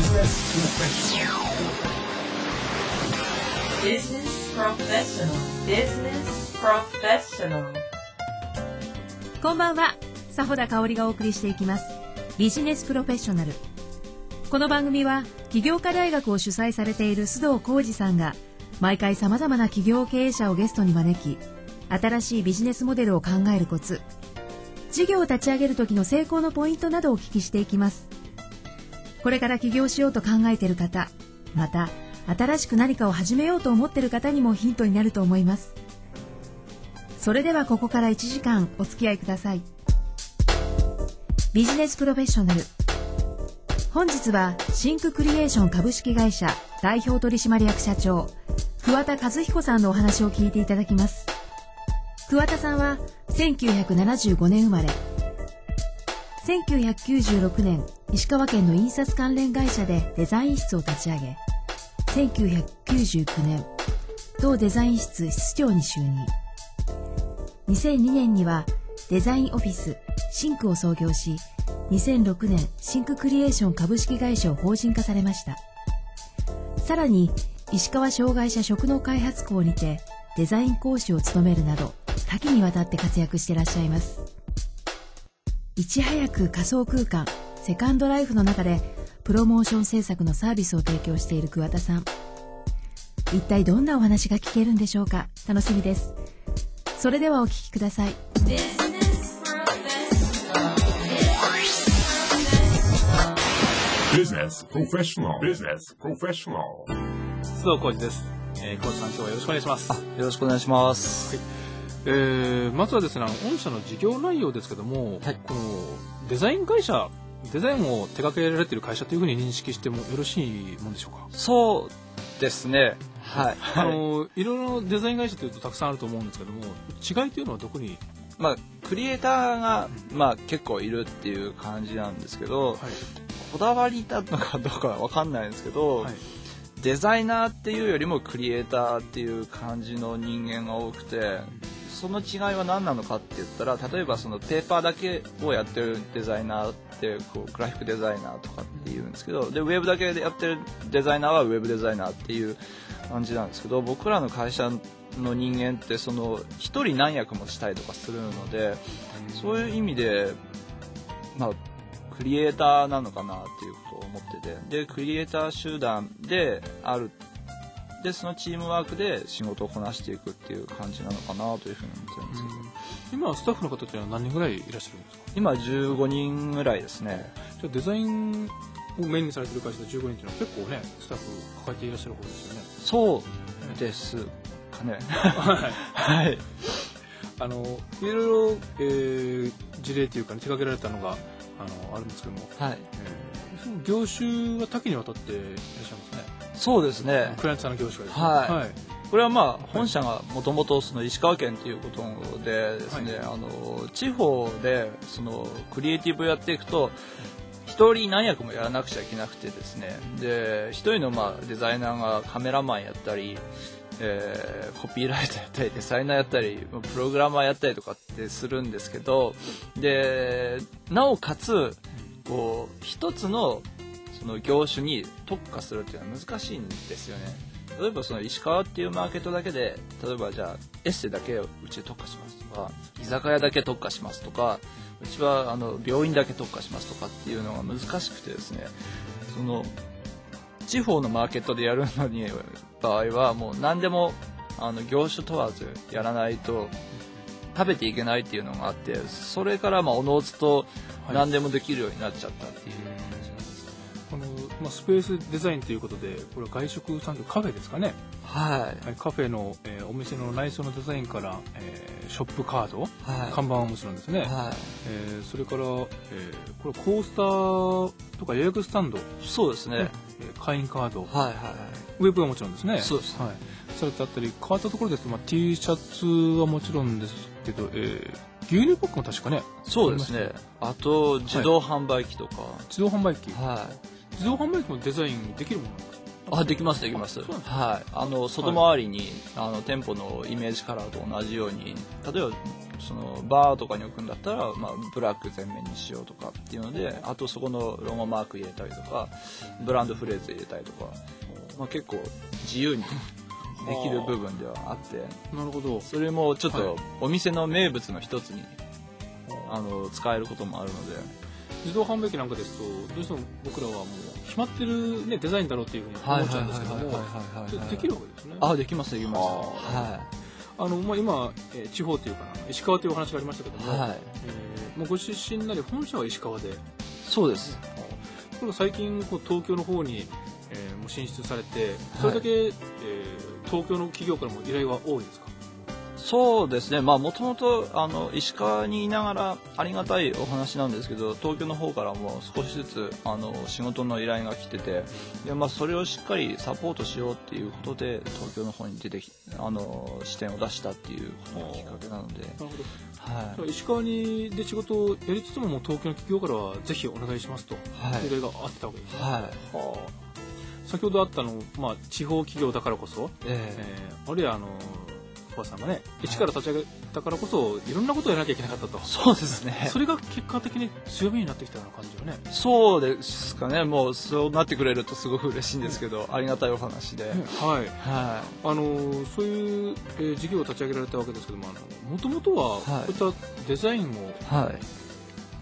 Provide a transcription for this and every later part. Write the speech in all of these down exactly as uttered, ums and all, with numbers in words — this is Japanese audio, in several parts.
Business Professional. Business Professional. こんばんは、佐穂田香織がお送りしていきますビジネスプロフェッショナル。この番組は起業家大学を主催されている須藤浩二さんが毎回さまざまな企業経営者をゲストに招き、新しいビジネスモデルを考えるコツ、事業を立ち上げる時の成功のポイントなどをお聞きしていきます。これから起業しようと考えている方、また新しく何かを始めようと思っている方にもヒントになると思います。それではここからいちじかんお付き合いください。ビジネスプロフェッショナル。本日はシンククリエーション株式会社代表取締役社長桑田和彦さんのお話を聞いていただきます。桑田さんはせんきゅうひゃくななじゅうごねん生まれ。せんきゅうひゃくきゅうじゅうろくねん石川県の印刷関連会社でデザイン室を立ち上げ、せんきゅうひゃくきゅうじゅうきゅうねん同デザイン室室長に就任。にせんにねんにはデザインオフィスシンクを創業し、にせんろくねんシンククリエーション株式会社を法人化されました。さらに石川障害者職能開発校にてデザイン講師を務めるなど多岐にわたって活躍していらっしゃいます。いち早く仮想空間セカンドライフの中でプロモーション制作のサービスを提供している桑田さん。一体どんなお話が聞けるんでしょうか。楽しみです。それではお聞きください。 ビジネスプロフェッショナル。ビジネスプロフェッショナル。 須藤浩二です。えー、浩二さん、今日はよろしくお願いします。 あ、よろしくお願いします。 はい。えー、まずはですね、御社の事業内容ですけども、はい、このデザイン会社、デザインを手掛けられている会社というふうに認識してもよろしいもんでしょうか。 そうですね。はい。 あのいろいろデザイン会社というとたくさんあると思うんですけども、違いというのはどこに？ まあクリエイターがまあ結構いるっていう感じなんですけど、はい、こだわりだのかどうかは分かんないんですけど、はい、デザイナーっていうよりもクリエイターっていう感じの人間が多くて、その違いは何なのかって言ったら、例えばそのペーパーだけをやってるデザイナーってこうグラフィックデザイナーとかっていうんですけど、でウェブだけでやってるデザイナーはウェブデザイナーっていう感じなんですけど、僕らの会社の人間ってその一人何役もしたりとかするので、そういう意味でまあクリエイターなのかなっていうことを思ってて、でクリエイター集団である、でそのチームワークで仕事をこなしていくっていう感じなのかなというふうに思ってるんですけど、 今スタッフの方っていうのは何人ぐらいいらっしゃるんですか？ 今じゅうごにんぐらいですね。 じゃあデザインをメインにされてる会社でじゅうごにんっていうのは結構ね、スタッフ抱えていらっしゃる方ですよね。 そうですかね。 はい、 はい、 あのいろいろ、えー、事例というか、ね、手掛けられたのがあのあるんですけども、 はい、 えー、その業種は多岐にわたっていらっしゃいますね。 そうですね。 クライアントさんの業種がですね。 はい。 はい、 これはまあ本社がもともとその石川県ということでですね、はい、あの地方でそのクリエイティブやっていくと一人何役もやらなくちゃいけなくてですね、で一人のまあデザイナーがカメラマンやったり、えー、コピーライターやったりデザイナーやったりプログラマーやったりとかってするんですけど、でなおかつこう一つのその業種に特化するっていうのは難しいんですよね。例えばその石川っていうマーケットだけで、例えばじゃあエッセイだけうち特化しますとか、居酒屋だけ特化しますとか、うちはあの病院だけ特化しますとかっていうのが難しくてですね、その地方のマーケットでやるのに場合はもう何でもあの業種問わずやらないと食べていけないっていうのがあって、それからまあおのずと何でもできるようになっちゃったっていう。 このまあ、スペースデザインということで、これは外食産業カフェですかね。 はい、 はい、カフェの、えー、お店の内装のデザインから、えー、ショップカード、はい、看板はもちろんですね、はい、えー、それから、えー、これコースターとか予約スタンド、 そうですね、 えー、会員カード、 はいはい、 ウェブはもちろんですね。 そうです、 はい、それとあったり変わったところですと、まあ、T シャツはもちろんですけど、えー、牛乳パックも確かね。 そうですね。あと自動販売機とか、はい、 自動販売機、 はい、 自動販売機もデザインできるものなんですか？ あ、できますできます。はい。あの外回りに、はい、あの店舗のイメージカラーと同じように、例えばそのバーとかに置くんだったら、まあ、ブラック全面にしようとかっていうので、あとそこのロゴマーク入れたりとかブランドフレーズ入れたりとか、まあ、結構自由にできる部分ではあって、 なるほど。 それもちょっとお店の名物の一つに、あの使えることもあるので、 自動販売機なんかですとどうしても僕らはもう決まってる、ね、デザインだろうっていうふうに思っちゃうんですけども、できるわけですね。 あ、できますできます。はい。 あのまあ、今、えー、地方というかな石川というお話がありましたけども、はい、えー、もうご出身なり本社は石川で。 そうです。 これ最近こう東京の方に、えー、もう進出されて、それだけ、はい、えー、東京の企業からも依頼は多いですか？ そうですね、まあもともとあの石川にいながらありがたいお話なんですけど、東京の方からも少しずつあの仕事の依頼が来てて、で、まあ、それをしっかりサポートしようっていうことで東京の方に出てきあの視点を出したっていうことがきっかけなので。なるほど。 はい、石川にで仕事をやりつつも、もう東京の企業からはぜひお願いしますと、はい、依頼があってたわけですね。はい、はあ、先ほどあったの、まあ、地方企業だからこそ、えーえー、あるいはあの小林さんがね、一から立ち上げたからこそいろんなことをやらなきゃいけなかったと。 そうですね。 それが結果的に強みになってきたような感じよね。 そうですかね。もうそうなってくれるとすごく嬉しいんですけど、ありがたいお話で、はい、 はい、あのそういう、えー、事業を立ち上げられたわけですけども、もともとはこういったデザインを、はい、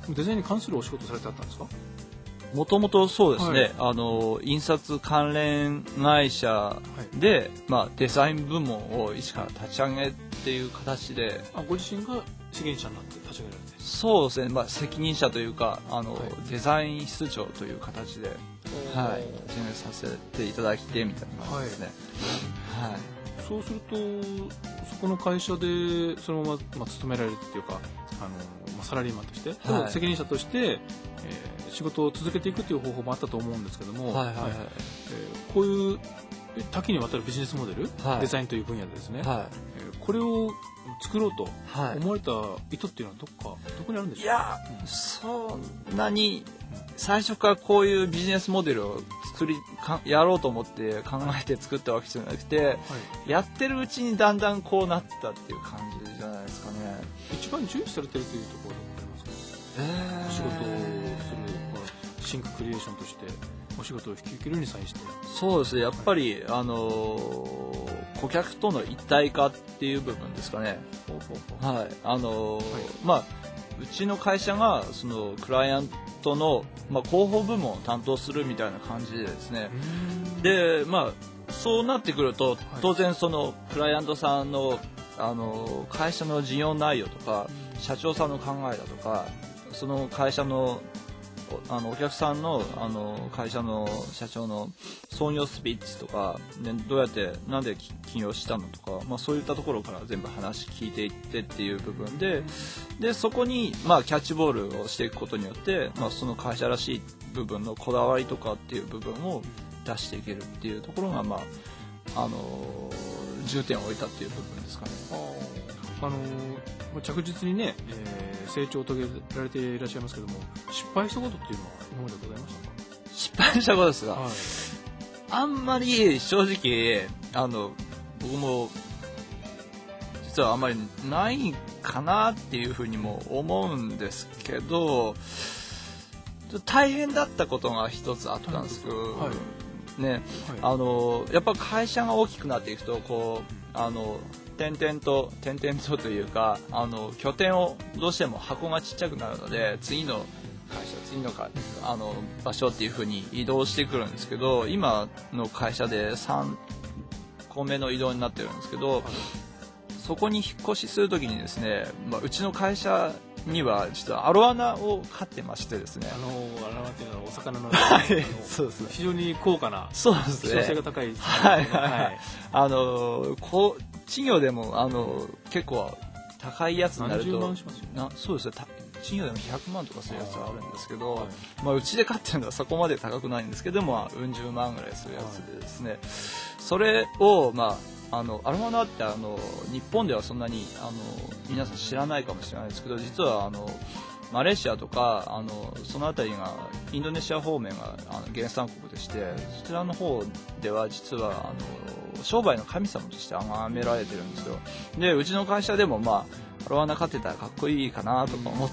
デザインに関するお仕事されてあったんですか？ もともとそうですね、はい、あの印刷関連会社で、はい、まあ、デザイン部門を一から立ち上げっていう形で。 あ、ご自身が責任者になって立ち上げられて。 そうですね、まあ、責任者というかあの、はい、デザイン室長という形で、はい、立ち上げさせていただいてみたいな感じですね。はいはい、 そうするとそこの会社でそのまま、まあ、勤められるっていうか、あの、まあ、サラリーマンとして、はい、責任者として、えー、仕事を続けていくという方法もあったと思うんですけども、はいはいはい、えー、こういう多岐にわたるビジネスモデル、はい、デザインという分野でですね、はい、えー、これを作ろうと思われた意図っていうのはどこかどこにあるんでしょうか？ いや、うん、そんなに最初からこういうビジネスモデルを作りかやろうと思って考えて作ったわけじゃなくて、はい、やってるうちにだんだんこうなったっていう感じじゃないですかね。 一番重視されてるというところでありますか？えー、仕事をするシンククリエーションとしてお仕事を引き受けるに際して。 そうですね、やっぱり、はい、あのー、顧客との一体化っていう部分ですかね。ほうほうほう、はい、あのーはい、まあうちの会社がそのクライアントの、まあ、広報部門を担当するみたいな感じでですね、で、まあ、そうなってくると当然そのクライアントさんの、あの会社の事業内容とか社長さんの考えだとか、その会社のあのお客さんの、あの会社の社長の創業スピーチとか、ね、どうやってなんで起業したのとか、まあ、そういったところから全部話聞いていってっていう部分で、でそこに、まあ、キャッチボールをしていくことによって、まあ、その会社らしい部分のこだわりとかっていう部分を出していけるっていうところが、まああの重点を置いたっていう部分ですかね。 あの着実にね、えー、成長を遂げられていらっしゃいますけども、失敗したことっていうのは今までございましたか？ 失敗したことですが、はい、あんまり正直あの僕も実はあんまりないかなっていうふうにも思うんですけど、大変だったことが一つあったんですけど、はい、ね、はい、あのやっぱ会社が大きくなっていくとこうあの点々と点々とというか、あの拠点をどうしても箱がちっちゃくなるので、次の会社次のかあの場所っていう風に移動してくるんですけど、今の会社でさんこめの移動になってるんですけど、そこに引っ越しするときにですね、まあ、うちの会社には実はアロワナを飼ってましてですね、 あのアロワナっていうのはお魚の、 はい、そうですね、 非常に高価な、 そうですね、 希少性が高いですね、 はいはいはい、あのこう稚魚でもあの結構高いやつになると何十万しますよね。 なそうですね、稚魚でもひゃくまんとかするやつがあるんですけど、はい、まあ、うちで飼ってるのはそこまで高くないんですけども、まあ、うん十万ぐらいするやつでですね、はい、それをまああのアロワナってあの日本ではそんなにあの皆さん知らないかもしれないですけど、実はあのマレーシアとかあのその辺りがインドネシア方面があの原産国でして、そちらの方では実はあの商売の神様として崇められてるんですよ。でうちの会社でも、まアロワナ飼ってたらかっこいいかなとか思って、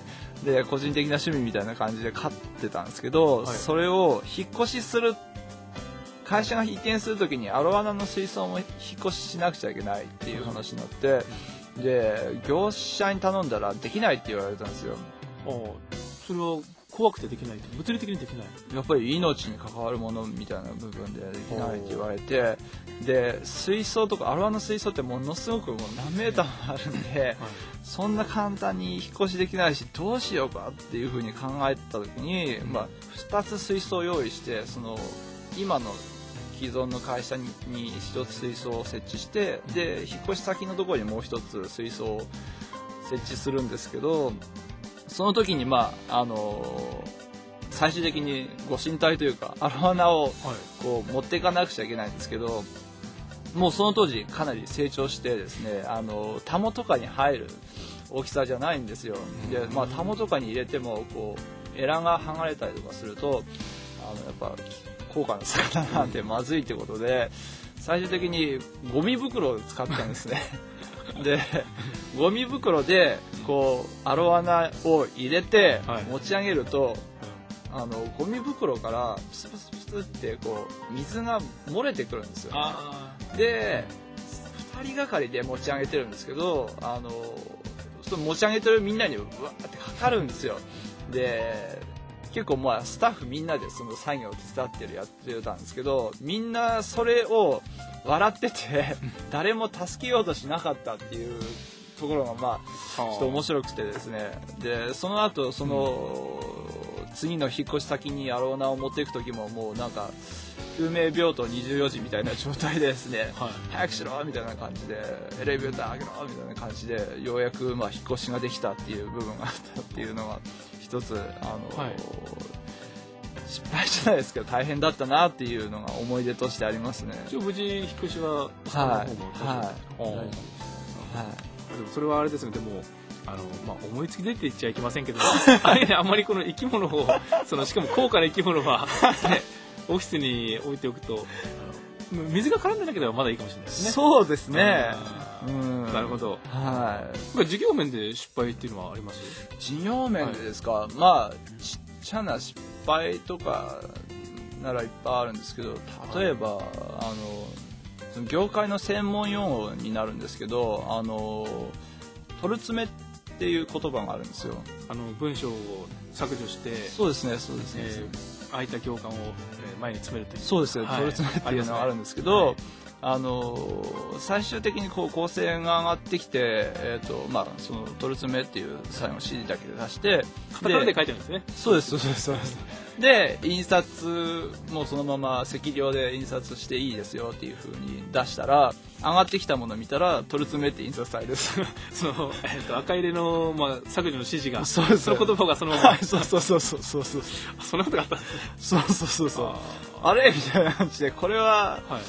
うん、で個人的な趣味みたいな感じで飼ってたんですけど、はい、それを引っ越しする会社が移転するときにアロワナの水槽も引っ越ししなくちゃいけないっていう話になって、うん、で業者に頼んだらできないって言われたんですよ。 ああ、それは怖くてできない、物理的にできない。 やっぱり命に関わるものみたいな部分でできないって言われて、で水槽とかアロワの水槽ってものすごくもう何メーターもあるんで、はい、そんな簡単に引っ越しできないしどうしようかっていうふうに考えた時に、うん、まあ、ふたつ水槽を用意して、その今の既存の会社にひとつ水槽を設置して、で引っ越し先のところにもうひとつ水槽を設置するんですけど、その時にまああのー、最終的にご神体というかアロワナをこう持っていかなくちゃいけないんですけど、もうその当時かなり成長してですね、あのタモとかに入る大きさじゃないんですよ。で、まあ、タモとかに入れてもこうエラが剥がれたりとかすると、あのやっぱ高価な魚なんてまずいってことで、最終的にゴミ袋を使ったんですね。でゴミ袋でこうアロワナを入れて持ち上げると、はい、あのゴミ袋からプスプスプスってこう水が漏れてくるんですよ。でふたりがかりで持ち上げてるんですけど、あのその持ち上げてるみんなにうわーってかかるんですよ。で結構まあスタッフみんなでその作業を手伝ってるやってたんですけど、みんなそれを笑ってて誰も助けようとしなかったっていうところがまあちょっと面白くてですね。でその後その、うん、次の引っ越し先にアロワナを持っていく時ももうなんか救命病棟にじゅうよじみたいな状態でですね、はい、早くしろみたいな感じでエレベーター上げろみたいな感じでようやくまあ引っ越しができたっていう部分があったっていうのが一つあの、はい、失敗じゃないですけど大変だったなっていうのが思い出としてありますね。 一応無事引っ越しはその方も大丈夫、はいはいはい、それはあれですね。でもあの、まあ、思いつきでって言っちゃいけませんけどあれ、ね、あんまりこの生き物をそのしかも高価な生き物は、ね、オフィスに置いておくと水が絡んでなければまだいいかもしれないですね。 そうですね、うん、 なるほど、 はい、 事業面で失敗っていうのはあります？ 事業面でですか、はい、まあちっちゃな失敗とかならいっぱいあるんですけど、例えば、はい、あの業界の専門用語になるんですけど、あの取る詰めっていう言葉があるんですよ。 あの文章を削除して、 そうですねそうですね、えー、空いた行間を前に詰めるという、 そうですね、はい、取る詰めっていうのがあるんですけど、あの最終的にこう構成が上がってきて、えーとまあ、その取る詰めっていう最後の指示だけで出してカタカナで書いてあるんですね。 そうですそうですそうですで印刷もそのまま赤量で印刷していいですよっていう風に出したら、上がってきたものを見たら取る詰めって印刷されるその、えー、と赤入れの、まあ、削除の指示がそうです、 その言葉がそのままそうそうそうそうそうそうそんなことがあったんですね。 そうそうそうそう あ, あれみたいな感じで、これは、はい、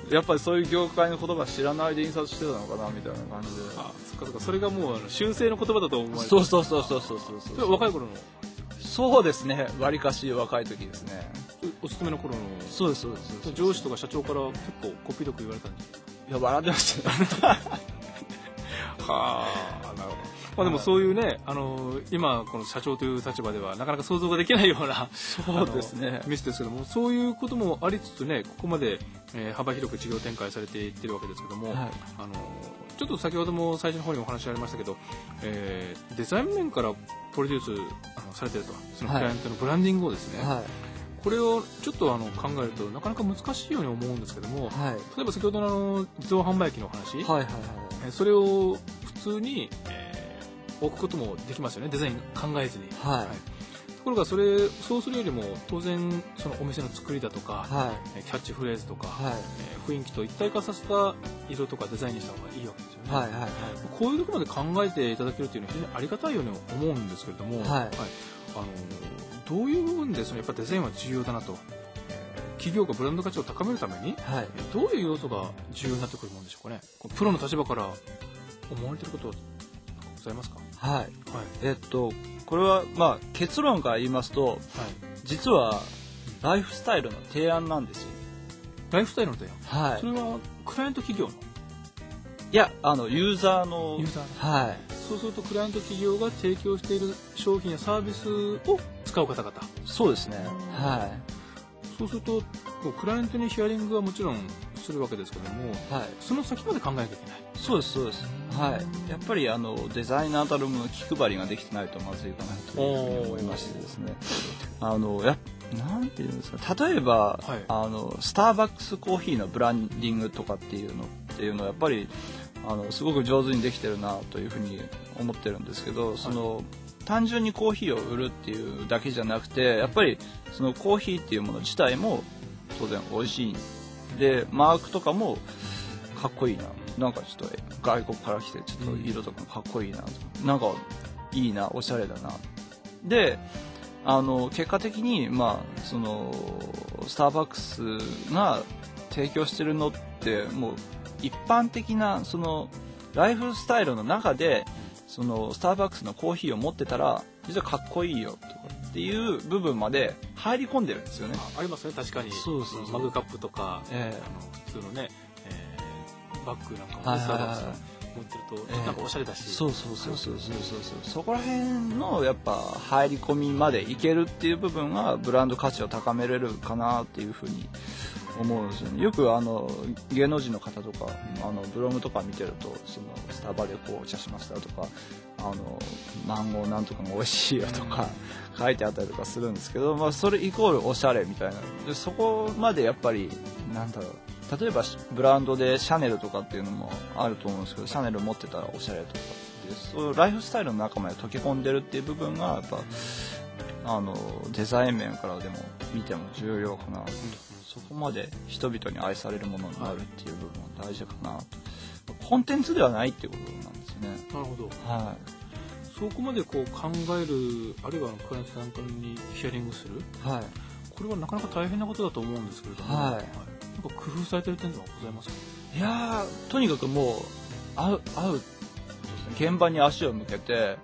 やっぱりそういう業界の言葉知らないで印刷してたのかなみたいな感じで、 あそっかそっか、それがもうあの修正の言葉だと思われて、 そうそうそうそうそうそうそう、 若い頃の、 そうですね、わりかし若い時ですね。 お勤めの頃の、 そうですそうですそうです。 上司とか社長から結構こっぴどく言われたんですか？ いや笑ってましたねはあ、なるほど。まあ、でもそういうね、あの今この社長という立場ではなかなか想像ができないようなそうですねミスですけども、そういうこともありつつね、ここまで、えー、幅広く事業展開されていってるわけですけども、はい、あのちょっと先ほども最初の方にお話ありましたけど、えー、デザイン面からプロデュースあのされてると、そのクライアントのブランディングをですね、はい、これをちょっとあの考えるとなかなか難しいように思うんですけども、はい、例えば先ほどのあの自動販売機の話、はいはいはい、それを普通に、えー、置くこともできますよね、デザイン考えずに、はいはい、ところがそれそうするよりも当然そのお店の作りだとか、はい、キャッチフレーズとか、はい、えー、雰囲気と一体化させた色とかデザインにした方がいいわけですよね、はいはいはい、こういうところまで考えていただけるというのは非常にありがたいように思うんですけれども、はいはい、あのどういう部分でそのやっぱデザインは重要だなと、企業がブランド価値を高めるために、はい、どういう要素が重要になってくるものでしょうかね。プロの立場から思われていることはございますか？ はい、はい、えっとこれはまあ結論から言いますと、はい、実はライフスタイルの提案なんですよ。 ライフスタイルの提案、 はい、 それはクライアント企業のいやあのユーザーのユーザーはい。 そうするとクライアント企業が提供している商品やサービスを使う方々。 そうですね。はい。 そうするとこうクライアントにヒアリングはもちろんするわけですけども、 はい、 その先まで考えなきゃいけない。 そうですそうです。はい。やっぱりあのデザイナーたるもの気配りができてないとまずいかなというふうに思いましてですね。あのやなんていうんですか。例えば、はい、あのスターバックスコーヒーのブランディングとかっていうのっていうのはやっぱりあのすごく上手にできてるなというふうに思ってるんですけど、はい、その単純にコーヒーを売るっていうだけじゃなくてやっぱりそのコーヒーっていうもの自体も当然美味しいでマークとかもかっこいいな、なんかちょっと外国から来てちょっと色とかもかっこいいな、うん、なんかいいな、おしゃれだなで、あの結果的にまあそのスターバックスが提供してるのってもう一般的なそのライフスタイルの中でそのスターバックスのコーヒーを持ってたら実はかっこいいよとかっていう部分まで入り込んでるんですよね。 あ, ありますね、確かに。そうそうそう、マグカップとか、えー、あの普通のね、えー、バッグなんかもスターバックス持ってると、えー、なんかおしゃれだし、 そうそうそうそうそうそうそう、そこら辺のやっぱ入り込みまでいけるっていう部分がブランド価値を高めれるかなっていうふうに思うんですよね。よくあの芸能人の方とかあのブログとか見てるとそのスタバでこうお茶しましたとかあのマンゴーなんとかが美味しいよとか書いてあったりとかするんですけど、まあ、それイコールおしゃれみたいなで、そこまでやっぱりなんだろう、例えばブランドでシャネルとかっていうのもあると思うんですけど、シャネル持ってたらおしゃれとかで、そういうライフスタイルの中まで溶け込んでるっていう部分がやっぱあのデザイン面からでも見ても重要かなと、そこまで人々に愛されるものになるっていう部分は大事かなと。コンテンツではないっていうことなんですよね。 なるほど。 はい。 そこまでこう考える、あるいはクライアントさんにヒアリングする、はい、これはなかなか大変なことだと思うんですけれども、はい、なんか工夫されてる点ではございますか？ いやー、とにかくもう会う、会う現場に足を向けて、はい、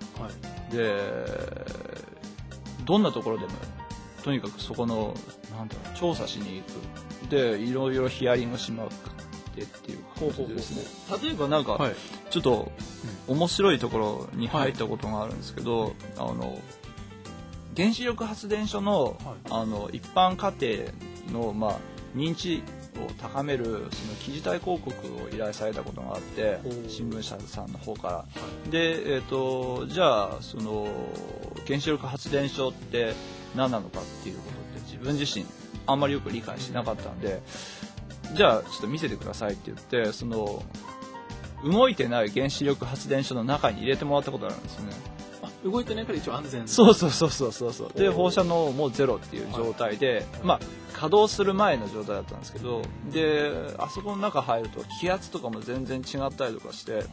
でどんなところでもとにかくそこのなんだろう調査しに行くでいろいろヒアリングしまくってっていう方法ですね。例えばなんか、はい、ちょっと面白いところに入ったことがあるんですけど、はい、あの原子力発電所の、はい、あの一般家庭の、まあ、認知を高めるその記事体広告を依頼されたことがあって新聞社さんの方から、はい、で、えーと、じゃあその原子力発電所って何なのかっていうことって自分自身あんまりよく理解してなかったんで、じゃあちょっと見せてくださいって言ってその動いてない原子力発電所の中に入れてもらったことがあるんですよね。 あ、動いてないから一応安全。 そうそうそうそうそうそう。で放射能もゼロっていう状態で、はい、まあ稼働する前の状態だったんですけど、であそこの中入ると気圧とかも全然違ったりとかして、はい、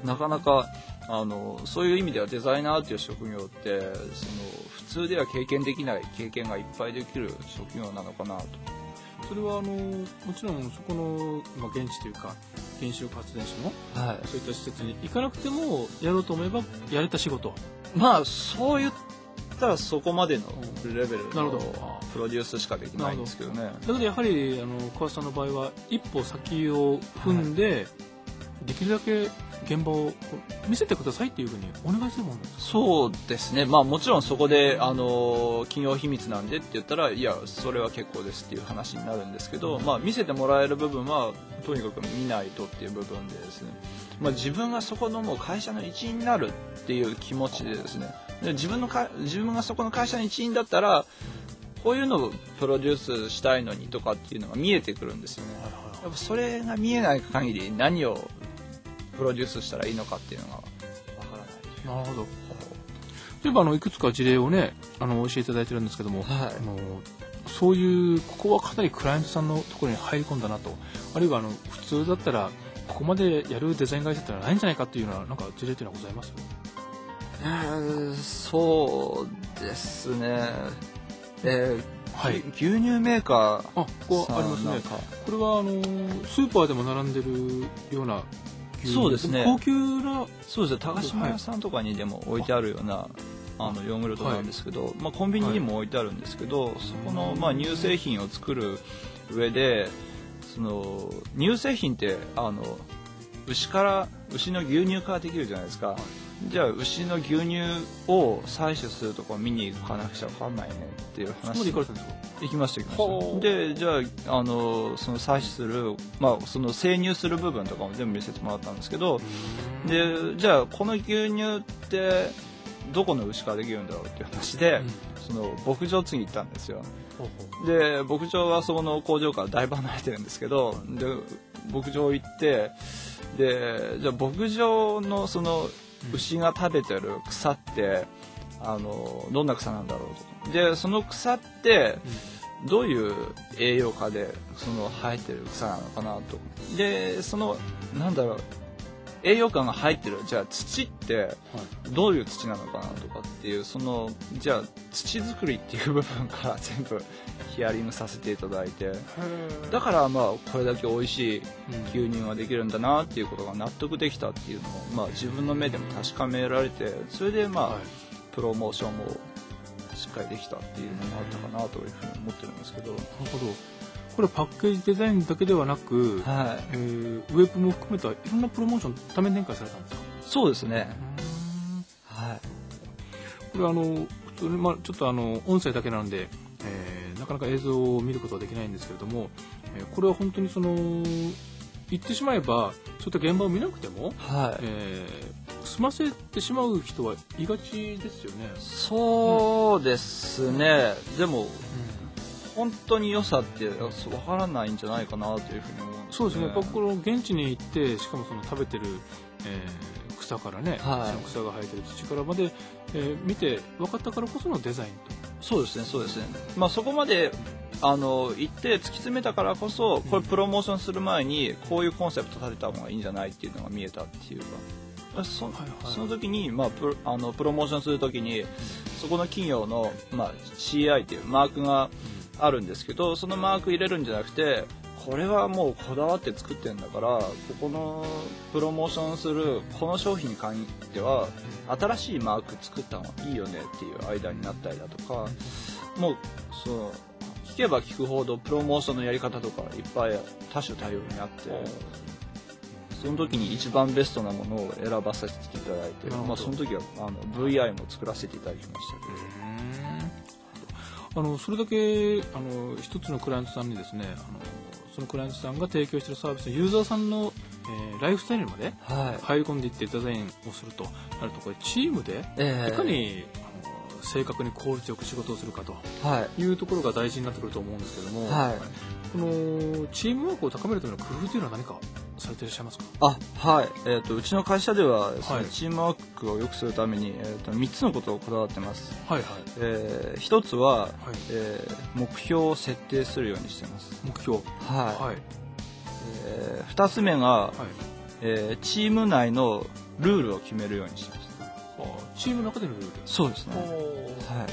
なかなかあのそういう意味ではデザイナーっていう職業ってその普通では経験できない経験がいっぱいできる職業なのかなと。 それはあのもちろんそこの、まあ、現地というか原子力発電所の、はい、そういった施設に行かなくてもやろうと思えばやれた仕事。 まあそう言ったらそこまでのレベルのプロデュースしかできないんですけどね。 だけどやはりあの小橋さんの場合は一歩先を踏んで、はい、できるだけ現場を見せてくださいっていうふうにお願いするものなんですか？ そうですね。まあもちろんそこであの企業秘密なんでって言ったらいやそれは結構ですっていう話になるんですけど、まあ見せてもらえる部分はとにかく見ないとっていう部分でですね、まあ自分がそこのもう会社の一員になるっていう気持ちでですね、で自分のか自分がそこの会社の一員だったらこういうのをプロデュースしたいのにとかっていうのが見えてくるんですよね。やっぱそれが見えない限り何をプロデュースしたらいいのかっていうのがわからない。 なるほど。例えばあのいくつか事例をねあの教えていただいてるんですけども、はい、あのそういうここはかなりクライアントさんのところに入り込んだなと、あるいはあの普通だったらここまでやるデザイン会社ってのはないんじゃないかっていうのはなんか事例っていうのはございます？ えー、そうですね。えーはい、牛乳メーカー、あ、 ここありますね。これはあのスーパーでも並んでるような牛乳。 そうですね。 高級な。 そうですね。高島屋さんとかにでも置いてあるような、はい、あのヨーグルトなんですけど、はい、まあコンビニにも置いてあるんですけど、はい、そこのまあ乳製品を作る上で、その乳製品ってあの牛から牛の牛乳からできるじゃないですか、はい、じゃあ牛の牛乳を採取するとこ見に行かなくちゃ分かんないねっていう話。 そこまで行かれたんですか？ 行きました行きました。でじゃあ、あのその採取する、まあ、その生乳する部分とかも全部見せてもらったんですけど、でじゃあこの牛乳ってどこの牛からできるんだろうっていう話で、うん、その牧場次に行ったんですよ。ほうほう。で牧場はそこの工場からだいぶ離れてるんですけど、で牧場行って、でじゃあ牧場のその牛が食べてる草って、うん、あのどんな草なんだろうと。でその草って、うん、どういう栄養価でその生えてる草なのかなと。でそのなんだろう栄養価が入ってるじゃあ土ってどういう土なのかなとかっていう、そのじゃあ土作りっていう部分から全部ヒアリングさせていただいて、だからまあこれだけ美味しい牛乳ができるんだなっていうことが納得できたっていうのを、まあ、自分の目でも確かめられて、それでまあ、はい、プロモーションもしっかりできたっていうのがあったかなというふうに思ってるんですけど。なるほど。 これパッケージデザインだけではなく、はい、えー、ウェブも含めたいろんなプロモーション多面展開されたんですか？ そうですね。はい。 これあの普通に、まあ、ちょっとあの音声だけなので、えー、なかなか映像を見ることはできないんですけれども、えー、これは本当にその言ってしまえばそういった現場を見なくても、はい、えー、済ませてしまう人はいがちですよね。 そうですね。うん、でも、うん、本当に良さってわからないんじゃないかなというふうに思うんですね。 そうですね。やっぱこの現地に行ってしかもその食べてる、えー、草からね、はい、その草が生えてる土からまで、えー、見て分かったからこそのデザインと。 そうですねそうですね。まあそこまであの行って突き詰めたからこそ、これプロモーションする前にこういうコンセプト立てた方がいいんじゃないっていうのが見えたっていうか。そ, はいはい、その時に、まあ、プ, ロあのプロモーションする時に、うん、そこの企業の、まあ、シーアイ っていうマークがあるんですけど、そのマーク入れるんじゃなくて、これはもうこだわって作ってるんだから、ここのプロモーションするこの商品に関しては新しいマーク作った方がいいよねっていう間になったりだとか、もうその聞けば聞くほどプロモーションのやり方とかいっぱい多種多様にあって、その時に一番ベストなものを選ばさせていただいて、まあ、その時はあの ブイアイ も作らせていただきましたけど、 あのそれだけあの一つのクライアントさんにですね、あのそのクライアントさんが提供しているサービスのユーザーさんの、えー、ライフスタイルまで入り込んでいってデザインをするとなると、これチームでいかに、あの正確に効率よく仕事をするかというところが大事になってくると思うんですけども、はい、このチームワークを高めるための工夫というのは何かされていらっしゃいますか？ あ、はい、えーと、うちの会社ではですね、はい、チームワークを良くするために、えーと、みっつのことをこだわってます。はいはい。えー、ひとつは、はい、えー、目標を設定するようにしてます。 目標。 はい。はい、えー、ふたつめが、はい、えー、チーム内のルールを決めるようにしてます。 チームの中でのルール？ そうですね。はい。はい、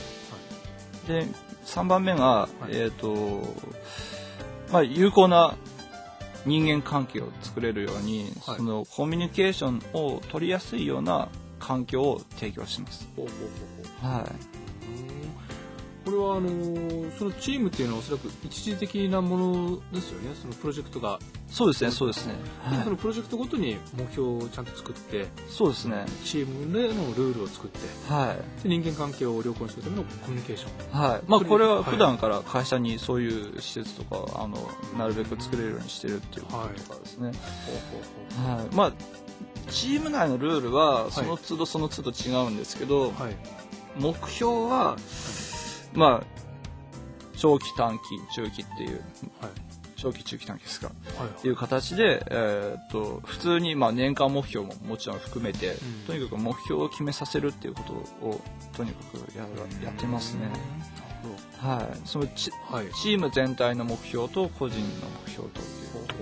で、さんばんめが、はい、えーと、まあ、有効な人間関係を作れるように、はい、そのコミュニケーションを取りやすいような環境を提供します。ほうほうほうほう。はい。 これはあのー、そのチームっていうのはおそらく一時的なものですよね。そのプロジェクトが。 そうですね、そうですね。 はい、そのプロジェクトごとに目標をちゃんと作って、 そうですね。 チームでのルールを作って、はい。で人間関係を良好にするためのコミュニケーション。 はい。まあこれは普段から会社にそういう施設とか、あのなるべく作れるようにしてるっていうこととかですね。はい。ほうほうほう。はい。まあチーム内のルールはその都度その都度違うんですけど、はい、目標は、まあ長期短期中期っていう、はい、長期中期短期ですか、はいはい、っていう形で、えー、っと普通にまあ年間目標ももちろん含めて、うん、とにかく目標を決めさせるっていうことをとにかく や, やってますね。はい、その チ,、はい、チーム全体の目標と個人の目標という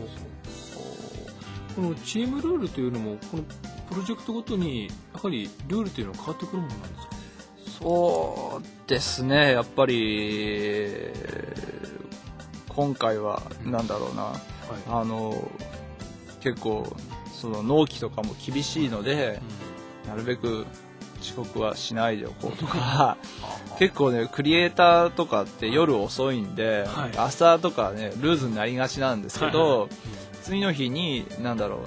このチームルールというのもこのプロジェクトごとにやはりルールというのは変わってくるものなんですか？ そうですね、やっぱり今回はなんだろうな、うん、はい、あの結構その納期とかも厳しいので、うん、なるべく遅刻はしないでおこうとか結構ねクリエイターとかって夜遅いんで、はい、朝とかねルーズになりがちなんですけど、はいはいはい、次の日になんだろう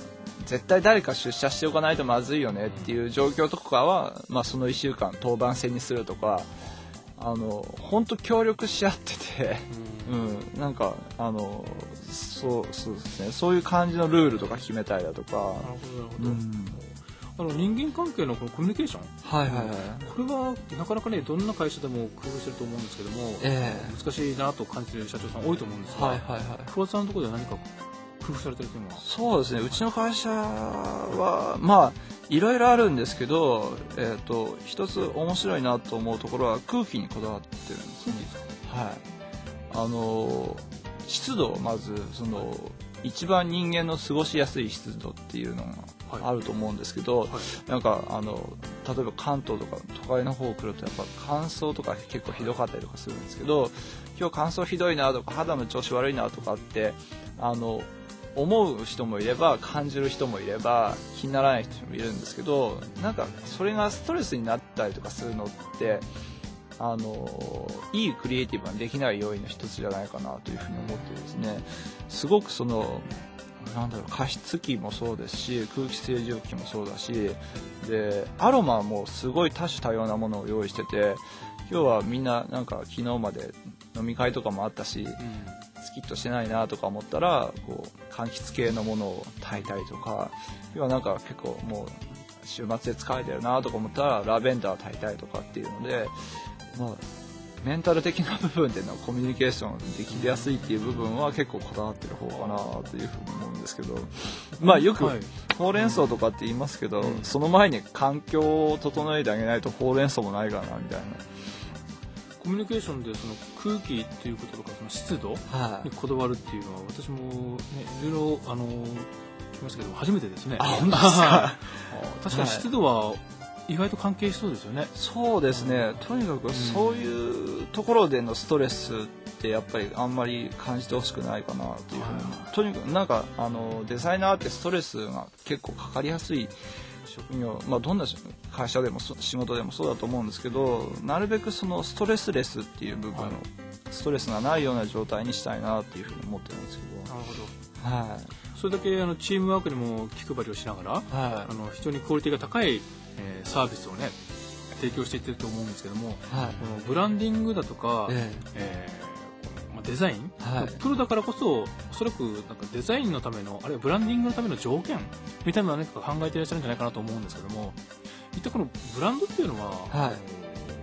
絶対誰か出社しておかないとまずいよねっていう状況とかは、まあ、そのいっしゅうかん当番制にするとか、あの本当協力し合ってて、うん、なんかあのそうそうですね、そういう感じのルールとか決めたりだとか。なるほどなるほど、うん、 あの人間関係のこのコミュニケーション、 はいはいはい、 これはなかなかねどんな会社でも工夫してると思うんですけども、えー、難しいなと感じている社長さん多いと思うんですが、はいはいはい、桑田さんのところでは何か工夫されてるというのは。 そうですね、うちの会社はまあいろいろあるんですけど、えー、と一つ面白いなと思うところは空気にこだわってるんですね。はい、あの湿度、まずその一番人間の過ごしやすい湿度っていうのがあると思うんですけど、はいはい、なんかあの例えば関東とか都会の方来るとやっぱ乾燥とか結構ひどかったりとかするんですけど、今日乾燥ひどいなとか肌の調子悪いなとかってあの思う人もいれば感じる人もいれば気にならない人もいるんですけど、なんかそれがストレスになったりとかするのってあのいいクリエイティブができない要因の一つじゃないかなというふうに思ってですね、すごくそのなんだろう、加湿器もそうですし空気清浄機もそうだし、でアロマもすごい多種多様なものを用意してて、今日はみんななんか昨日まで飲み会とかもあったし、うん、スキッとしてないなとか思ったらこう柑橘系のものを炊いたりとか、今日はなんか結構もう週末で疲れてるなとか思ったらラベンダー炊いたりとかっていうので、まあ、メンタル的な部分でのコミュニケーションできやすいっていう部分は結構こだわってる方かなというふうに思うんですけど、まあよくほうれん草とかって言いますけど、その前に環境を整えてあげないとほうれん草もないからなみたいな。 コミュニケーションでその空気っていうこととかその湿度にこだわるっていうのは私もねいろいろあの聞きましたけど初めてですね。 あ、本当ですか。 確かに湿度は意外と関係しそうですよね。 そうですね、とにかくそういうところでのストレスってやっぱりあんまり感じてほしくないかなというふうに、とにかくなんかあのデザイナーってストレスが結構かかりやすい職業、まあ、どんな会社でも仕事でもそうだと思うんですけど、なるべくそのストレスレスっていう部分を、はい、ストレスがないような状態にしたいなっていうふうに思ってるんですけど。 なるほど、 はい、 それだけあのチームワークにも気配りをしながら、はい、あの非常にクオリティが高い、えー、サービスをね提供していってると思うんですけども、はい、このブランディングだとか、えーえーまあ、デザイン、はい、プロだからこそおそらくなんかデザインのためのあるいはブランディングのための条件みたいなのを何か考えていらっしゃるんじゃないかなと思うんですけども、一体このブランドっていうのは、はい、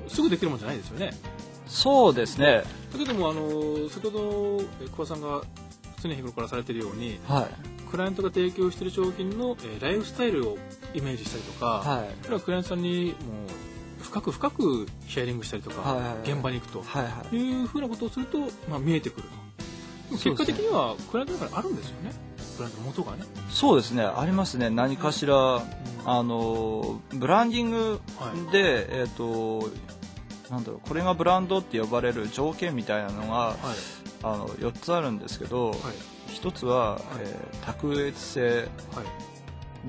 すぐできるもんじゃないですよね。 そうですね。 だけどもあの先ほど桑田さんが常日頃からされているように、はい、クライアントが提供している商品の、えー、ライフスタイルをイメージしたりとか、はい、それはクライアントさんにもう深く深くヒアリングしたりとか、はいはいはい、現場に行くと、はいはい、いうふうなことをすると、まあ、見えてくる。結果的にはクライアントだからあるんですよね。ブランドの元がね。 そうですね、ありますね。何かしら、うん、あのブランディングで、はい、えっとなんだろう、これがブランドって呼ばれる条件みたいなのが、はい、あのよっつあるんですけど、はい、ひとつは、はい、えー、卓越性、はい、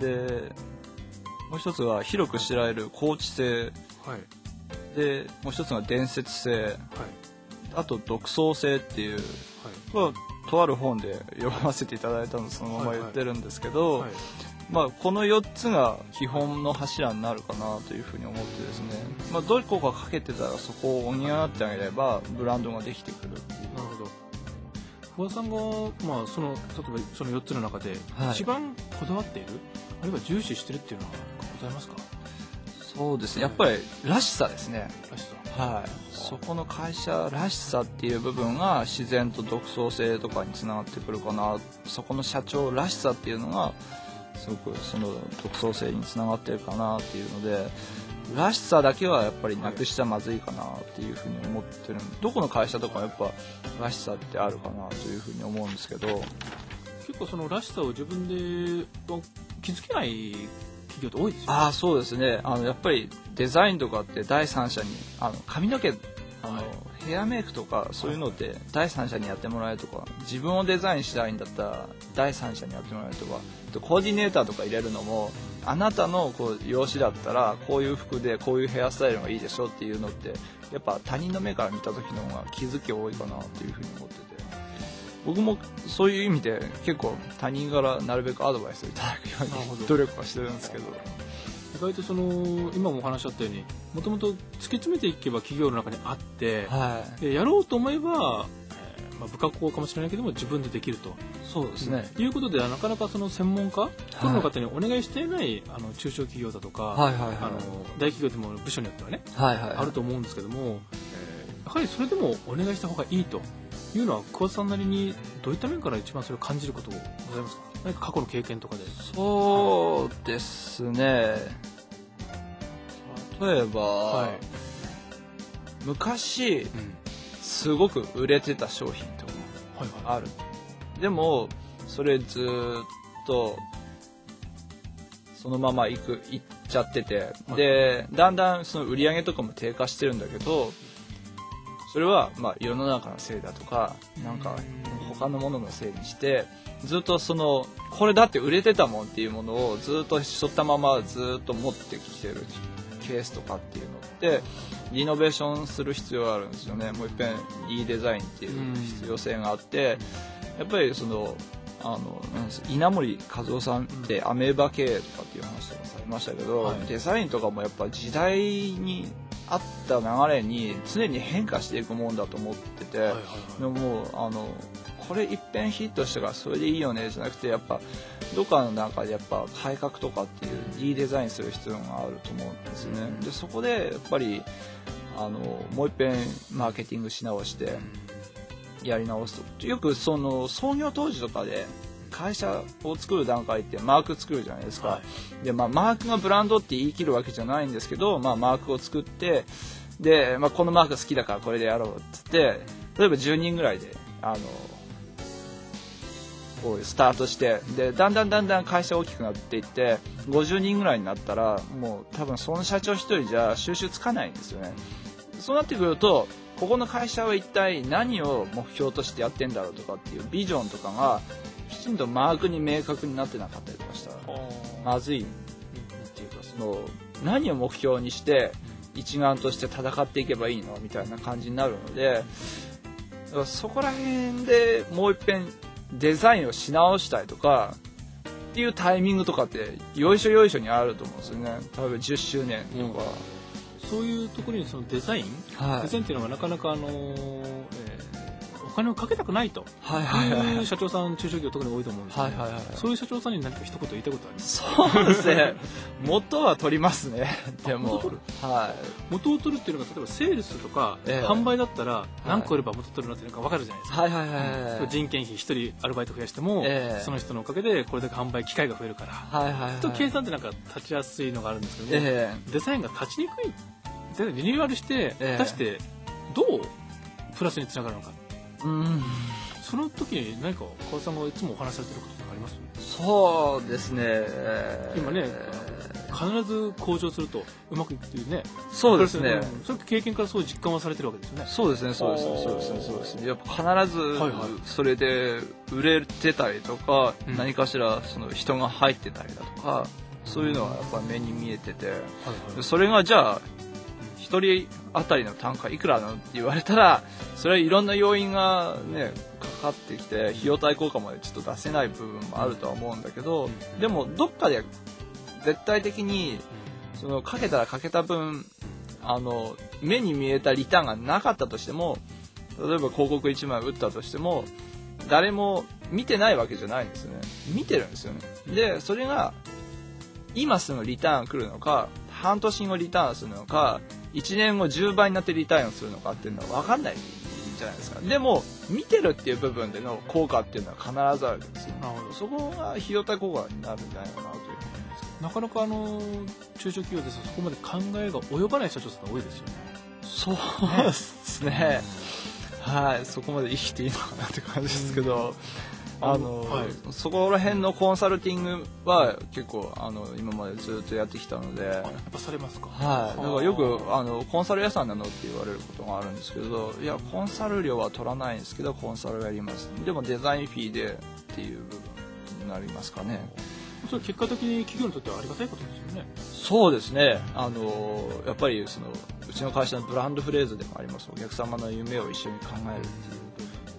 でもうひとつは広く知られる高知性、はい、でもうひとつが伝説性、はい、あと独創性っていう、はい、とある本で読ませていただいたのでそのまま言ってるんですけど、はいはいはい、まあ、このよっつが基本の柱になるかなというふうに思ってですね、まあ、どこかかけてたらそこを補ってあげればブランドができてくるっていう。 なるほど。桑田さんが、まあ、その例えばそのよっつの中で一番こだわっている、はい、あるいは重視しているっていうのはございますか？ そうですね、やっぱりらしさですね。らしさ、はい、そこの会社らしさっていう部分が自然と独創性とかにつながってくるかな。そこの社長らしさっていうのがすごくその独創性につながってるかなっていうので、らしさだけはやっぱりなくしちゃまずいかなっていうふうに思ってる。どこの会社とかもやっぱらしさってあるかなというふうに思うんですけど、 結構そのらしさを自分で気づけない企業って多いですよね。 ああ、そうですね。あのやっぱりデザインとかって第三者に、あの髪の毛、あの、はい、ヘアメイクとかそういうのって第三者にやってもらえるとか、自分をデザインしたいんだったら第三者にやってもらえるとか、コーディネーターとか入れるのも、あなたのこう容姿だったらこういう服でこういうヘアスタイルがいいでしょっていうのってやっぱ他人の目から見た時の方が気づき多いかなというふうに思ってて、 僕もそういう意味で結構他人からなるべくアドバイスをいただくように努力はしてるんですけど、 意外とその今もお話しあったようにもともと突き詰めていけば企業の中にあって、 はい、でやろうと思えば、えーまあ、不格好かもしれないけども自分でできるとそうですね、 うん、いうことでなかなかその専門家、プロの方にお願いしていないあの中小企業だとか、はいはいはい、あの大企業でも部署によってはね、はいはいはい、あると思うんですけども、えー、やはりそれでもお願いした方がいいというのは桑田さんなりにどういった面から一番それを感じることございますか？何か過去の経験とかで。 そうですね、例えば、はい、昔、うん、すごく売れてた商品とかある、はいはい、でもそれずっとそのまま行く行っちゃってて、はい、でだんだんその売り上げとかも低下してるんだけど、それはまあ世の中のせいだとかなんか他のもののせいにしてずっとそのこれだって売れてたもんっていうものをずっとしょったままずっと持ってきてるケースとかっていうのってリノベーションする必要があるんですよね。もう一遍リデザインっていう必要性があって、やっぱりそのあのなんです稲森和夫さんってアメーバ経営とかっていう話とかされましたけど、はい、デザインとかもやっぱ時代にあった流れに常に変化していくもんだと思ってて、はいはいはい、でももうあのこれ一遍ヒットしたからそれでいいよねじゃなくて、やっぱどっかの中でやっぱ改革とかっていうリデザインする必要があると思うんですね。でそこでやっぱりあのもう一遍マーケティングし直してやり直すと、よくその創業当時とかで会社を作る段階ってマーク作るじゃないですか、はい、で、まあ、マークがブランドって言い切るわけじゃないんですけど、まあ、マークを作ってで、まあ、このマーク好きだからこれでやろうって言って例えばじゅうにんぐらいであのこうスタートしてでだんだんだんだん会社大きくなっていってごじゅうにんぐらいになったらもう多分その社長一人じゃ収集つかないんですよね。そうなってくるとここの会社は一体何を目標としてやってんだろうとかっていうビジョンとかがきちんとマークに明確になってなかったりとかしたらまずいっていうか、その何を目標にして一丸として戦っていけばいいのみたいな感じになるので、だからそこら辺でもう一遍デザインをし直したりとかっていうタイミングとかってよいしょよいしょにあると思うんですよね。例えばじゅっしゅうねんとか、うん、 そういうところにそのデザイン、はい、デザインっていうのがなかなかあのーえーお金をかけたくないという社長さん、中小企業特に多いと思うんですけど、はいはいはい、そういう社長さんに何か一言言いたいことありますか？ そうですね。元は取りますね。でも元取る、はい、元を取るっていうのが例えばセールスとか、えー、販売だったら何個売れば元取るのっていうのが分かるじゃないですか、はいはいはいはい、人件費一人アルバイト増やしても、えー、その人のおかげでこれだけ販売機会が増えるから、はいはいはい、と計算ってなんか立ちやすいのがあるんですけども、えー、デザインが立ちにくいリニューアルして果たしてどうプラスにつながるのか、うん、その時に何か川さんがいつもお話しされてることとかあります？ そうですね、 今ね必ず向上するとうまくいくっていうね。 そうですね、 それ経験からそう実感はされてるわけですよね。 そうですねそうですねそうですねそうですね。やっぱ必ずそれで売れてたりとか、はいはい、何かしらその人が入ってたりだとか、うん、そういうのはやっぱ目に見えてて、はいはい、それがじゃあ一人当たりの単価いくらなのって言われたら、それはいろんな要因がねかかってきて費用対効果までちょっと出せない部分もあるとは思うんだけど、でもどっかで絶対的にそのかけたらかけた分あの目に見えたリターンがなかったとしても、例えば広告いちまい打ったとしても誰も見てないわけじゃないんですよね。見てるんですよね。でそれが今すぐリターン来るのか、半年後リターンするのか、いちねんごじゅうばいになってリターンをするのかっていうのは分かんないじゃないですか。でも見てるっていう部分での効果っていうのは必ずあるんですよ。なるほど。そこが費用対効果になるんじゃないかなというふうに思いますけど。 なかなかあの中小企業ですとそこまで考えが及ばない社長さんが多いですよね。 そうですね。はい、そこまで生きていいのかなって感じですけど。あの、はい、そこら辺のコンサルティングは結構あの今までずっとやってきたので、やっぱされますか？ はい。だからよくあのコンサル屋さんなのって言われることがあるんですけど、いやコンサル料は取らないんですけどコンサルやります。でもデザインフィーでっていう部分になりますかね。 それ結果的に企業にとってはありがたいことですよね。 そうですね。あのやっぱりそのうちの会社のブランドフレーズでもあります。お客様の夢を一緒に考えるっていう部分です。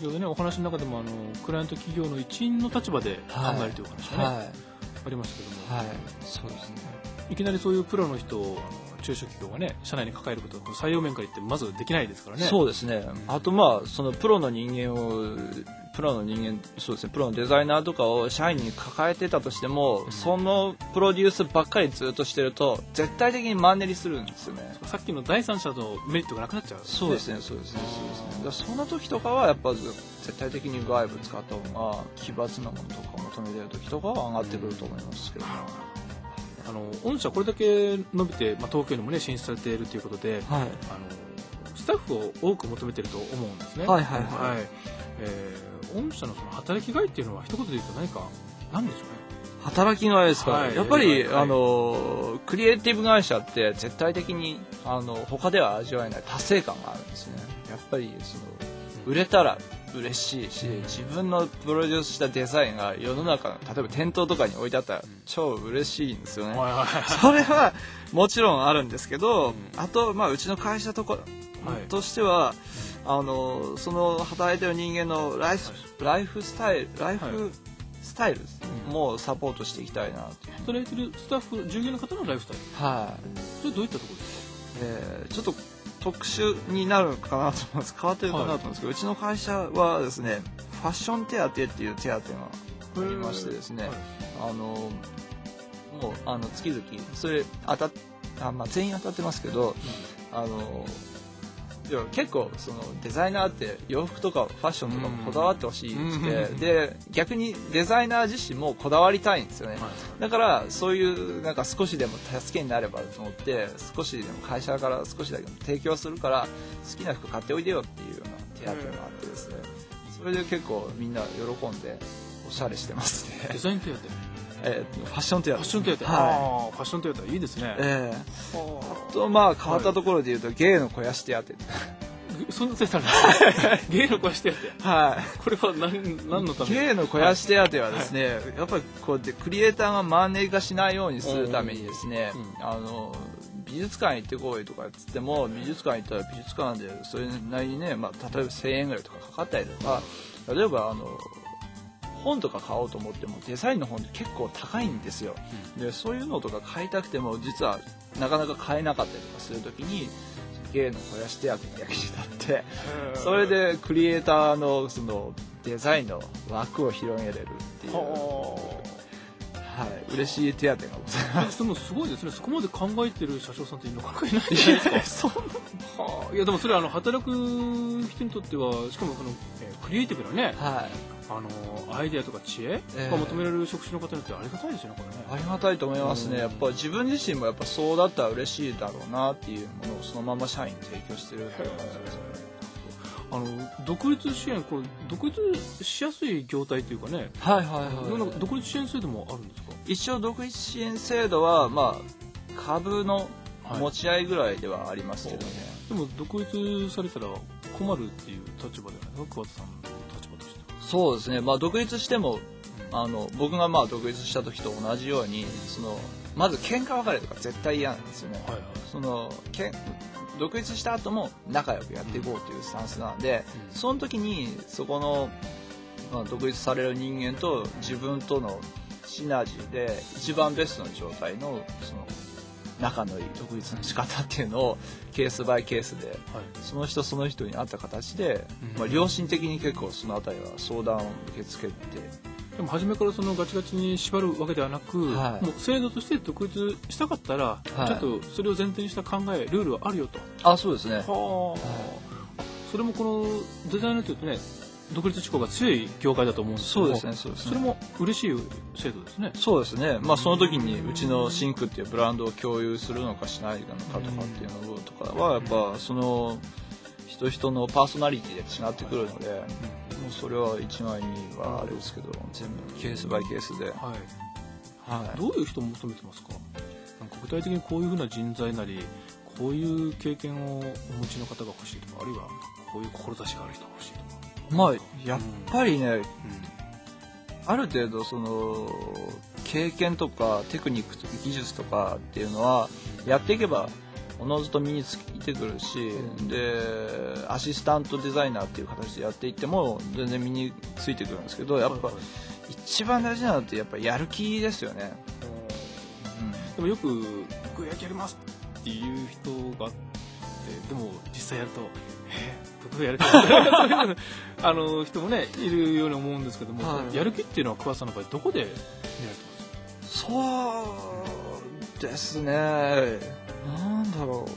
先ほどねお話の中でもあのクライアント企業の一員の立場で考えるというお話がね、はいはい、ありましたけども、はい、そうですね。いきなりそういうプロの人を中小企業がね社内に抱えることは採用面から言ってまずできないですからね。 そうですね。あとまあそのプロの人間をプロの人間そうですねプロのデザイナーとかを社員に抱えてたとしても、うん、そのプロデュースばっかりずっとしてると絶対的にマンネリするんですよね。 さっきの第三者のメリットがなくなっちゃう、ね、 そうですねそうですねそうですね。だからそんな時とかはやっぱ絶対的に外部使った方が奇抜なものとか求めてる時とかは上がってくると思いますけども、 あの御社これだけ伸びて、まあ、東京にもね進出されているということで、はい、あのスタッフを多く求めていると思うんですね。 はいはいはい、はい。 えー、御社のその働きがいっていうのは一言で言うと何か何でしょうね。 働きがいですか、はい、やっぱり、 はい、 あのクリエイティブ会社って絶対的にあの他では味わえない達成感があるんですね。やっぱりその売れたら嬉しいし、自分のプロデュースしたデザインが世の中の例えば店頭とかに置いてあったら超嬉しいんですよね。それはもちろんあるんですけど、あとまあうちの会社とかとしては、あのその働いてる人間のライフ、ライフスタイルライフスタイルもサポートしていきたいなと。 働いてるスタッフ従業員の方のライフスタイル、はい、それどういったところですか。 えー、ちょっと特殊になるかなと思います。変わってるかなと思うんですけど、はい、うちの会社はですねファッション手当っていう手当がありましてですね、はい、あのもうあの月々それ当たっあ、まあ、全員当たってますけど、うん、あの結構そのデザイナーって洋服とかファッションとかもこだわってほしいって、うん、で逆にデザイナー自身もこだわりたいんですよね、はい、だからそういうなんか少しでも助けになればと思って少しでも会社から少しだけ提供するから好きな服買っておいでよっていうような手当があってですね、それで結構みんな喜んでおしゃれしてますね。 デザイン手当えー、ファッション手当。 ファッション手当。はい。あファッション手当いいですね。ええー。あとまあ変わったところで言うと、はい、芸の肥やし手当。 そんな手当なんですか。芸の肥やし手当。はい。これは何何のため？ 芸の肥やし手当はですね、はい、やっぱりこうでクリエイターがマンネリ化しないようにするためにですね、うん、あの美術館行ってこいとかつっても美術館行ったら美術館でそれなりにね、まあ例えばせんえんぐらいとかかかったりとか、例えばあの本とか買おうと思ってもデザインの本って結構高いんですよ、うん、でそういうのとか買いたくても実はなかなか買えなかったりとかするときに芸の肥やし手当に役に立ってそれでクリエイターのそのデザインの枠を広げれるっていうはい、嬉しい手当がございます。 でもすごいですね。そこまで考えてる社長さんって今考えないじゃないですか。そんなはあ、いやでもそれはあの働く人にとってはしかもこの、えー、クリエイティブなね、はい、あのアイデアとか知恵が求められる職種の方にとってありがたいですよねこれね。 ありがたいと思いますね。やっぱ自分自身もやっぱそうだったら嬉しいだろうなっていうものをそのまま社員に提供してるという感じですよね。 あの独立支援これ独立しやすい業態というかね、 はいはいはい、 独立支援制度もあるんですか？ 一応独立支援制度はまあ株の持ち合いぐらいではありますけどね、 はい、でも独立されたら困るっていう立場ではないですか桑田さんの立場としては。 そうですね、まあ、独立しても、うん、あの僕がまあ独立した時と同じようにそのまず喧嘩別れとか絶対嫌なんですよね、はいはい、そのけ独立した後も仲良くやっていこうというスタンスなので、うん、その時にそこの、まあ、独立される人間と自分とのシナジーで一番ベストの状態のその仲のいい独立の仕方っていうのをケースバイケースで、はい、その人その人に合った形で、うんまあ、良心的に結構そのあたりは相談を受け付けて。 でも初めからそのガチガチに縛るわけではなく、はい、もう制度として独立したかったら、はい、ちょっとそれを前提にした考えルールはあるよと。 あ、そうですね。はあ、はい、それもこのデザイナーというとね独立志向が強い業界だと思うんですけど、 そうですね、そうですね。 それも嬉しい制度ですね。 そうですね。まあその時にうちのシンクっていうブランドを共有するのかしないのかとかっていうのとかはやっぱその人人のパーソナリティで違ってくるので、もうそれは一概にはあれですけど、全部ケースバイケースで。はい。 はい。どういう人を求めてますか？なんか具体的にこういうふうな人材なり、こういう経験をお持ちの方が欲しいとか、あるいはこういう志がある人が欲しいとか。 まあやっぱりね、うん、ある程度その経験とかテクニックとか技術とかっていうのはやっていけばおのずと身についてくるし、うん、でアシスタントデザイナーっていう形でやっていっても全然身についてくるんですけど、やっぱ一番大事なのってやっぱやる気ですよね。 うん、でもよく僕野球やりますっていう人があって、でも実際やるとえー、僕やる気あの人もねいるように思うんですけども、はい、やる気っていうのは桑田さんの場合どこで見られてます？ そうですね、なんだろ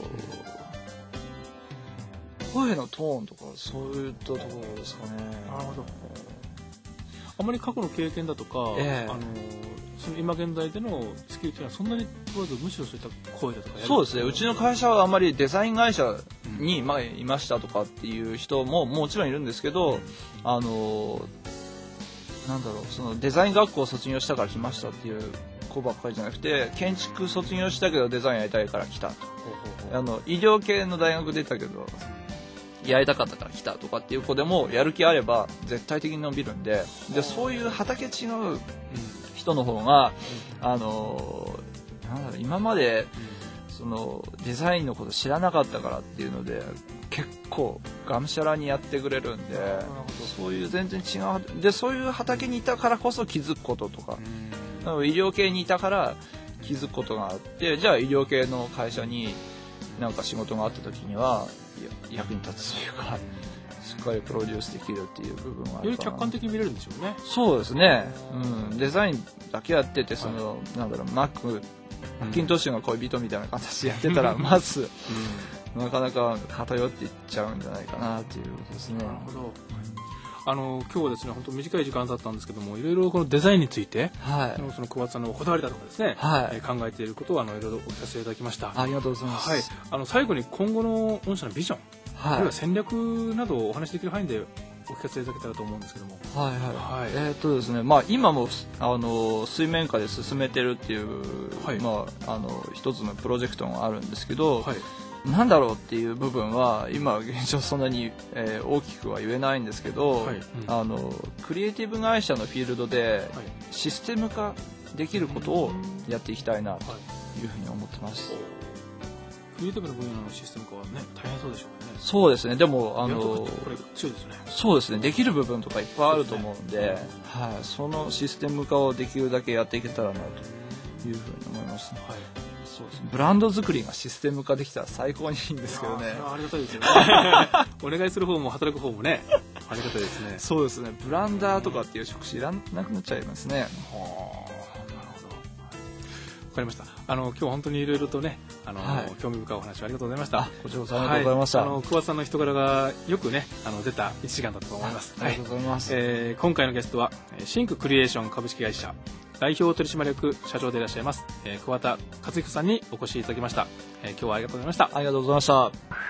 う、声のトーンとかそういったところですかね。 なるほど。あまり過去の経験だとか、えー、あのその今現在でのスキルっていうのはそんなに問わず、むしろそういった声だとかやる。 そうですね、うちの会社はあまりデザイン会社に前いましたとかっていう人ももちろんいるんですけど、あのなんだろう、そのデザイン学校を卒業したから来ましたっていう子ばっかりじゃなくて、建築卒業したけどデザインやりたいから来たと、あの医療系の大学出たけどやりたかったから来たとかっていう子でもやる気あれば絶対的に伸びるんで、でそういう畑違う人の方が、あのなんだろう、今までそのデザインのこと知らなかったからっていうので結構がむしゃらにやってくれるんで、そういう全然違うで、そういう畑にいたからこそ気づくこととか、医療系にいたから気づくことがあって、じゃあ医療系の会社になんか仕事があった時には役に立つというか、しっかりプロデュースできるっていう部分はあるかな。 より客観的に見れるんでしょうね。 そうですね、うん、デザインだけやってて、その、はい、なんだろう、マックマッキントッシュが恋人みたいな形でやってたら、まず、うん、なかなか偏っていっちゃうんじゃないかなっていうことですね。 なるほど。あの今日はですね、本当短い時間だったんですけども、いろいろこのデザインについて、はい、その桑田さんのこだわりだとかですね、はい、えー、考えていることをあのいろいろお聞かせいただきました。 ありがとうございます。 はい、あの最後に今後の御社のビジョン、はい、あるいは戦略などをお話しできる範囲でお聞かせいただけたらと思うんですけども。 はいはい。はい、えー、っとですね、まあ今もあの水面下で進めてるっていう、はい、まああの一つのプロジェクトがあるんですけど。はい、なんだろうっていう部分は今現状そんなに、えー、大きくは言えないんですけど、はい、うん、あのクリエイティブ会社のフィールドでシステム化できることをやっていきたいなというふうに思ってます。はい、 クリエイティブの分野のシステム化はね、大変そうでしょうね。 そうですね。でもあのこれ強いですね。 そうですね。できる部分とかいっぱいあると思うんで、で、ね、はい、そのシステム化をできるだけやっていけたらなというふうに思いますね。はい、そうですね、ブランド作りがシステム化できたら最高にいいんですけどね。 あ, ありがたいですよね。お願いする方も働く方もね、ありがたいですね。 そうですね、ブランダーとかっていう職種いらなくなっちゃいますね。はあ、なるほど、わかりました。あの今日本当にいろいろとね、あの、はい、興味深いお話ありがとうございました。 こちらこそありがとうございました。 はい、あの桑田さんの人柄がよくね、あの出たいちじかんだったと思います。 ありがとうございます。 はい、えー、今回のゲストはシンククリエーション株式会社代表取締役社長でいらっしゃいます、えー、桑田和彦さんにお越しいただきました。えー、今日はありがとうございました。 ありがとうございました。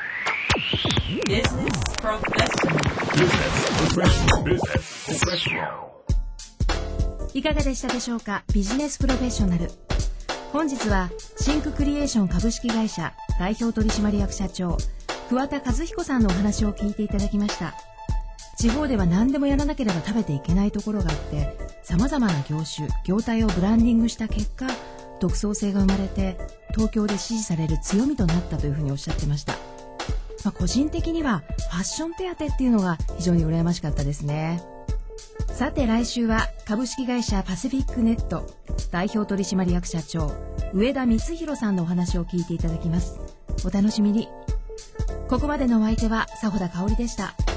Business Professional。 いかがでしたでしょうか。ビジネスプロフェッショナル、本日はシンククリエーション株式会社代表取締役社長桑田和彦さんのお話を聞いていただきました。地方では何でもやらなければ食べていけないところがあって、様々な業種業態をブランディングした結果、独創性が生まれて東京で支持される強みとなったというふうにおっしゃってました。まあ、個人的にはファッション手当っていうのが非常に羨ましかったですね。さて来週は株式会社パシフィックネット代表取締役社長上田光弘さんのお話を聞いていただきます。お楽しみに。ここまでのお相手は佐穂田香織でした。